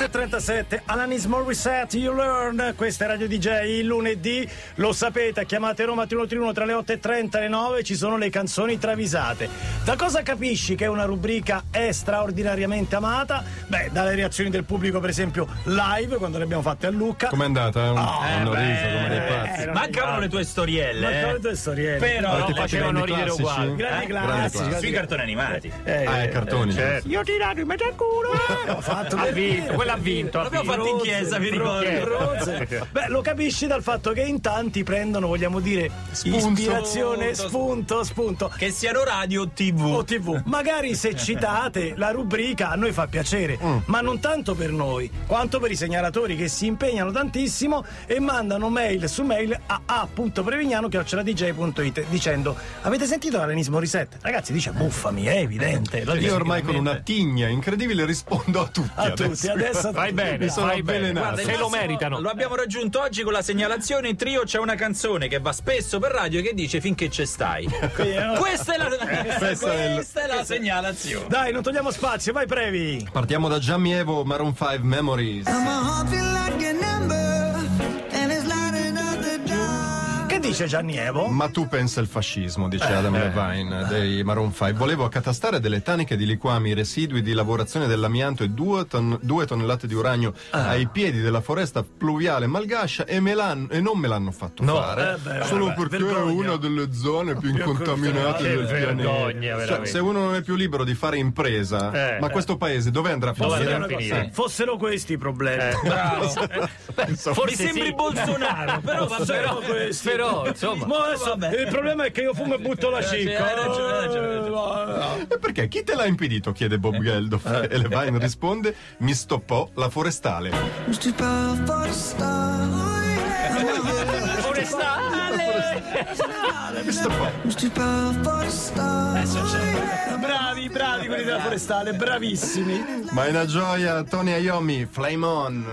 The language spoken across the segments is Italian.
8:37, Alanis Morissette, You Learn, questa è Radio DJ, il lunedì, lo sapete, chiamate Roma 3131 tra le 8:30 e le 9, ci sono le canzoni travisate. Da cosa capisci che una rubrica è straordinariamente amata? Beh, dalle reazioni del pubblico, per esempio, live, quando le abbiamo fatte a Lucca. Com'è andata? Hanno riso come dei pazzi. Mancavano le tue storielle. Mancavano le tue storielle. Però ti facevano ridere classici? uguali. Grandi classici. Sui cartoni animati. Cartoni. Certo. Io ho tirato in mezzo al culo. Ho fatto Ha vinto, quella ha vinto. L'abbiamo fatto in chiesa, vi ricordo. Beh, lo capisci dal fatto che in tanti prendono, vogliamo dire, ispirazione, spunto. Che siano radio o TV. O TV. Magari se citate la rubrica a noi fa piacere, ma non tanto per noi, quanto per i segnalatori che si impegnano tantissimo e mandano mail su mail a a.prevignano@dj.it dicendo: avete sentito Alanis Morissette? Ragazzi, dice buffami, è evidente. Io ormai con una tigna incredibile rispondo a tutti. Adesso Fai bene, Mi sono fai bene. avvelenato. Guarda, se lo meritano. Lo abbiamo raggiunto oggi con la segnalazione. In trio c'è una canzone che va spesso per radio che dice finché c'è stai. Questa è la segnalazione. Dai, non togliamo spazio, vai Previ. Partiamo da Giamievo, Maroon 5 Memories. Che dice Gianni Evo? Ma tu pensa il fascismo, dice Adam Levine dei Maroon 5. Volevo accatastare delle taniche di liquami, residui di lavorazione dell'amianto e 2 tonnellate di uranio ai piedi della foresta pluviale malgascia e non me l'hanno fatto fare. Solo perché è una delle zone più incontaminate Che del vergogna, pianeta. veramente. Se uno non è più libero di fare impresa, ma questo paese dove andrà a finire? Fossero questi i problemi. Bravo. Forse Mi sembri Bolsonaro, però va bene. Però, insomma. Ma adesso, il problema è che io fumo e butto la cicca. Hai ragione. E perché? Chi te l'ha impedito? Chiede Bob Geldof. E Levine risponde: mi stoppò la forestale. Mi stoppò. Bravi quelli della forestale, bravissimi. Ma è una gioia, Tony Iommi, Flame On.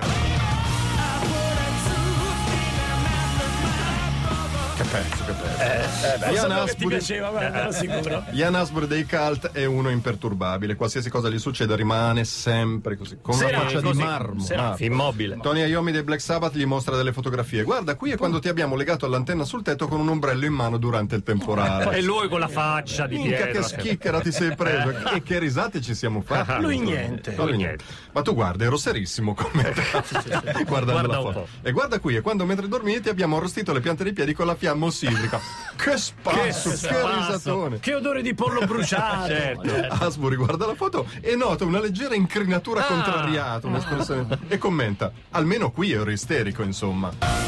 Che pezzo. Sapevo che ti piaceva, guarda, ero sicuro. Ian Asbury dei Cult è uno imperturbabile, qualsiasi cosa gli succeda rimane sempre così, con una faccia di marmo. Immobile. Tony Iommi dei Black Sabbath gli mostra delle fotografie. Guarda, qui è quando ti abbiamo legato all'antenna sul tetto con un ombrello in mano durante il temporale. E lui con la faccia di Minchia, dietro. che schicchera ti sei preso e che risate ci siamo fatti. Lui niente. Ma tu guarda, ero serissimo come guardando Guarda la un foto. po'. E guarda qui, è quando mentre dormivi ti abbiamo arrostito le piante dei piedi con la fiamma ossidrica. Che spasso, che risatone. Che odore di pollo bruciato. Certo. Asbury guarda la foto e nota una leggera incrinatura contrariata, un'espressione, e commenta: almeno qui ero isterico, insomma.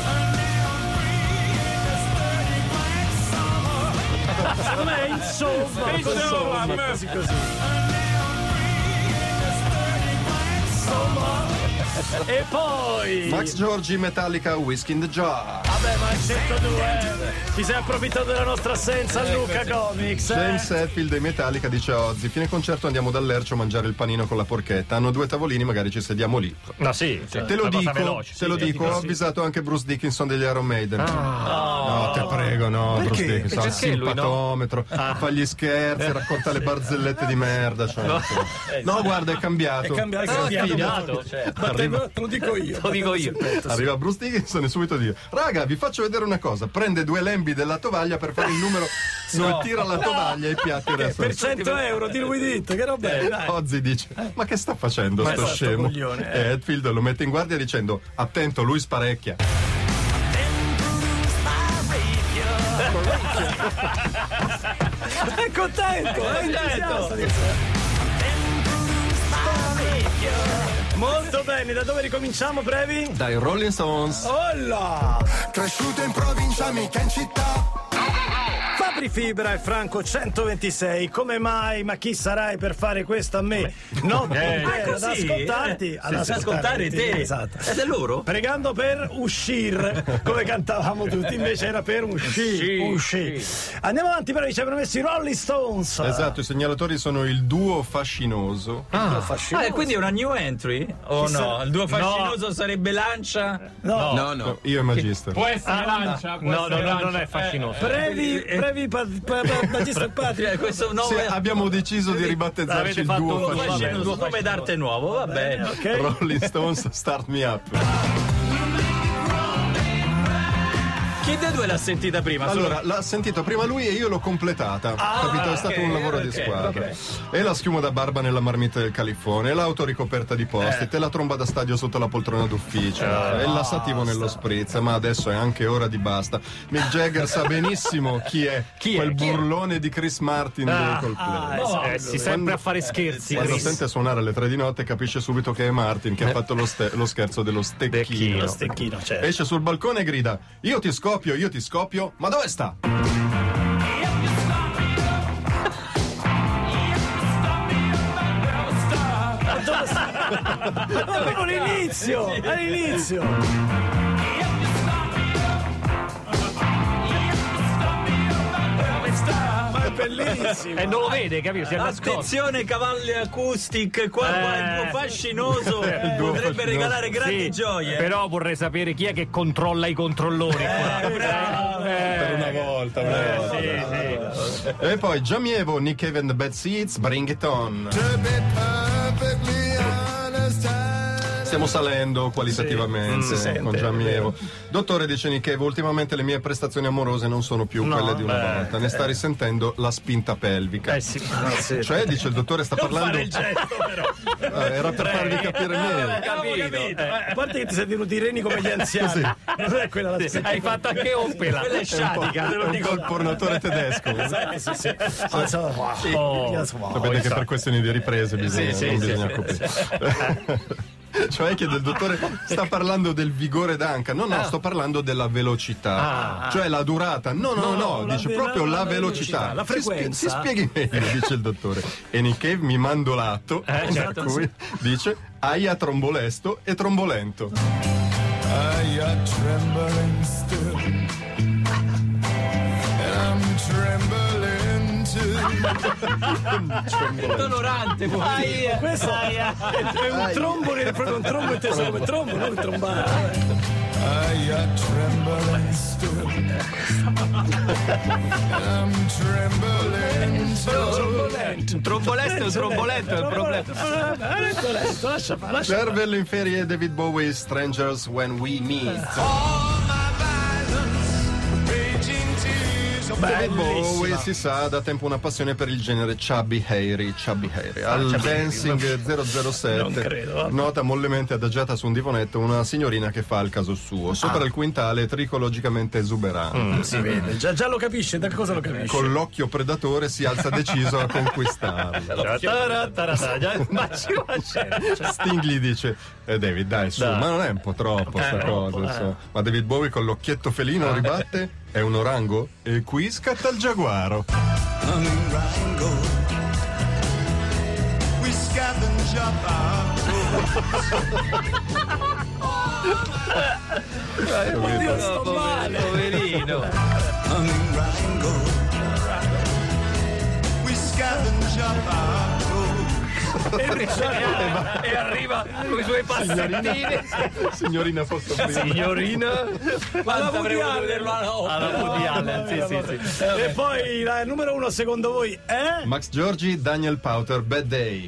Secondo me, insomma, così. E poi Max Giorgi, Metallica, Whiskey in the Jar. vabbè, ma 102 ti sei approfittato della nostra assenza a Lucca Comics, James Hetfield dei Metallica dice a Ozzy: fine concerto andiamo dal Lercio a mangiare il panino con la porchetta, hanno 2 tavolini, magari ci sediamo lì. No, sì. Te lo dico, ho avvisato anche Bruce Dickinson degli Iron Maiden. No, te prego, no. Perché? Bruce Dickinson, Perché lui, no? simpatometro, fa gli scherzi, racconta le barzellette di merda. Cioè, no, guarda, è cambiato. è cambiato. Arriva, Lo dico io. arriva Bruce Dickinson e subito dice: raga, vi faccio vedere una cosa. Prende 2 lembi della tovaglia per fare il numero dove tira la tovaglia e i piatti restano. Per 100 euro di lui detto, che roba è, dai. Ozzy dice: ma che sta facendo Ma sto è sto scemo? coglione, E Hetfield lo mette in guardia dicendo: attento, lui sparecchia. È contento, è entusiasta di questo. Molto bene, da dove ricominciamo, Previ? Dai Rolling Stones. Olla! Cresciuto in provincia, mica in città. Fabri Fibra e Franco 126, come mai? Ma chi sarai per fare questo a me? No, ad ascoltarti, ad ascoltare te. Esatto. Ed è loro? Pregando per uscire, come cantavamo tutti, invece era per uscire. Andiamo avanti, però ci avevano messo i Rolling Stones. Esatto, i segnalatori sono il duo fascinoso. E quindi è una new entry? O no? Il duo fascinoso sarebbe Lancia? No. Io e Magister. Può essere Lancia. Non è fascinoso. Previ Magistro Patria. Questo Sì, nome abbiamo deciso di ribattezzarci Avete il fatto duo un fascinoso. un nome d'arte nuovo, va bene. Ok. Rolling Stones, Start Me Up. Chi dei due l'ha sentita prima? Allora, l'ha sentito prima lui e io l'ho completata. Capito? È stato un lavoro di squadra. E la schiuma da barba nella marmita del California, e l'auto ricoperta di post-it, e la tromba da stadio sotto la poltrona d'ufficio, e il lassativo nello spritz. Ma adesso è anche ora di basta. Mick Jagger sa benissimo chi è quel burlone di Chris Martin dei Coldplay. Si sempre a fare scherzi. Quando Chris. sente suonare alle 3 di notte capisce subito che è Martin che ha fatto lo scherzo dello stecchino. Lo stecchino, certo. Esce sul balcone e grida: io ti scoppio, ma dove sta? Ma proprio all'inizio. Ma è bellissimo. E non lo vede, capito? Si è nascosto. Attenzione, cavalli acoustic, qua il duo fascinoso potrebbe regalare grandi Sì, gioie. però vorrei sapere chi è che controlla i controllori qua. Per una volta. E poi Jamievo, Nick Cave and the Bad Seeds, Bring It On. Stiamo salendo qualitativamente con Jamievo. Dottore, dice Nick Cave, ultimamente le mie prestazioni amorose non sono più quelle di una volta. Ne sta risentendo la spinta pelvica. Cioè, dice il dottore, sta parlando. Fare il gesto, però. Era per farvi capire meglio. Capito. A parte che ti sei venuti i reni come gli anziani. Non è quella la Hai fatto anche oppela. Quella è sciatica, te lo Un dico. po' il pornatore tedesco. Sì. Sapete che per questioni di riprese bisogna coprire. Cioè, chiede il dottore, sta parlando del vigore d'anca. No, sto parlando della velocità. Cioè la durata. No, dice proprio la velocità. La frequenza. Si spieghi meglio, dice il dottore. E Nick Cave mi mando l'atto, per cui dice aia trombolesto e trombolento. Aia trembling still, and I'm trembling too. Dolorante, Questo è un trombo, è proprio un trombo inteso come trombo, non trombare. Aia trembling still, and I'm trembling too. Un trombolesto è il problema. Lento, lascia fare. Cervello in ferie, David Bowie, Strangers When We Meet. David Bowie, si sa, da tempo una passione per il genere chubby hairy. Al Dancing 007 Non credo. nota mollemente adagiata su un divonetto una signorina che fa il caso suo. Sopra il quintale tricologicamente esuberante. Si vede, già lo capisce, da cosa lo capisce? Con l'occhio predatore si alza deciso a conquistarlo. Sting gli dice: David, dai, su, ma non è un po' troppo sta cosa, insomma. Ma David Bowie con l'occhietto felino ribatte: è un orango? E qui scatta il giaguaro. We scavenge up our Oddio, sto male. Poverino. we scavenge up our E arriva con i suoi passettini. Signorina, posso aprire? Signorina. Quanto avrei voluto vederlo Alla Woody Allen, sì. E poi la numero 1 secondo voi è? Max Giorgi, Daniel Powter, Bad Day.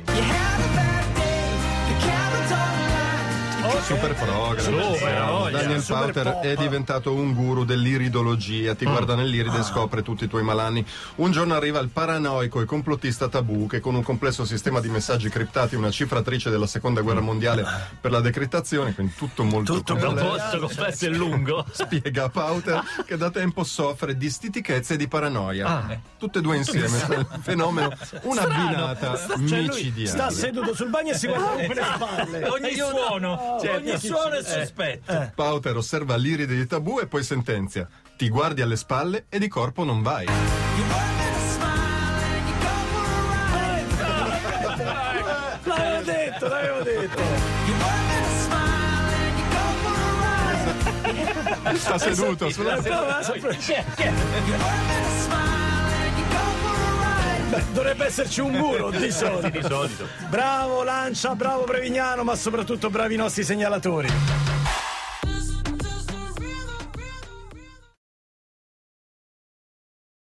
Super programma. Daniel super Powter pop. è diventato un guru dell'iridologia. Ti guarda nell'iride e scopre tutti i tuoi malanni. Un giorno arriva il paranoico e complottista Tabù, che con un complesso sistema di messaggi criptati, una cifratrice della seconda guerra mondiale per la decrittazione, quindi tutto molto Tutto complesso, Posso confesso è lungo. spiega a Powter che da tempo soffre di stitichezze e di paranoia. Tutte e due insieme. Il fenomeno, una abbinata Cioè lui micidiale. sta seduto sul bagno e si guarda con le spalle. Ogni suono, ogni suono è sospetto. Powter osserva l'iride di Tabù e poi sentenzia: ti guardi alle spalle e di corpo non vai. L'avevo detto. Sta seduto sulla Dovrebbe esserci un muro di solito. Bravo Lancia, bravo Prevignano, ma soprattutto bravi i nostri segnalatori.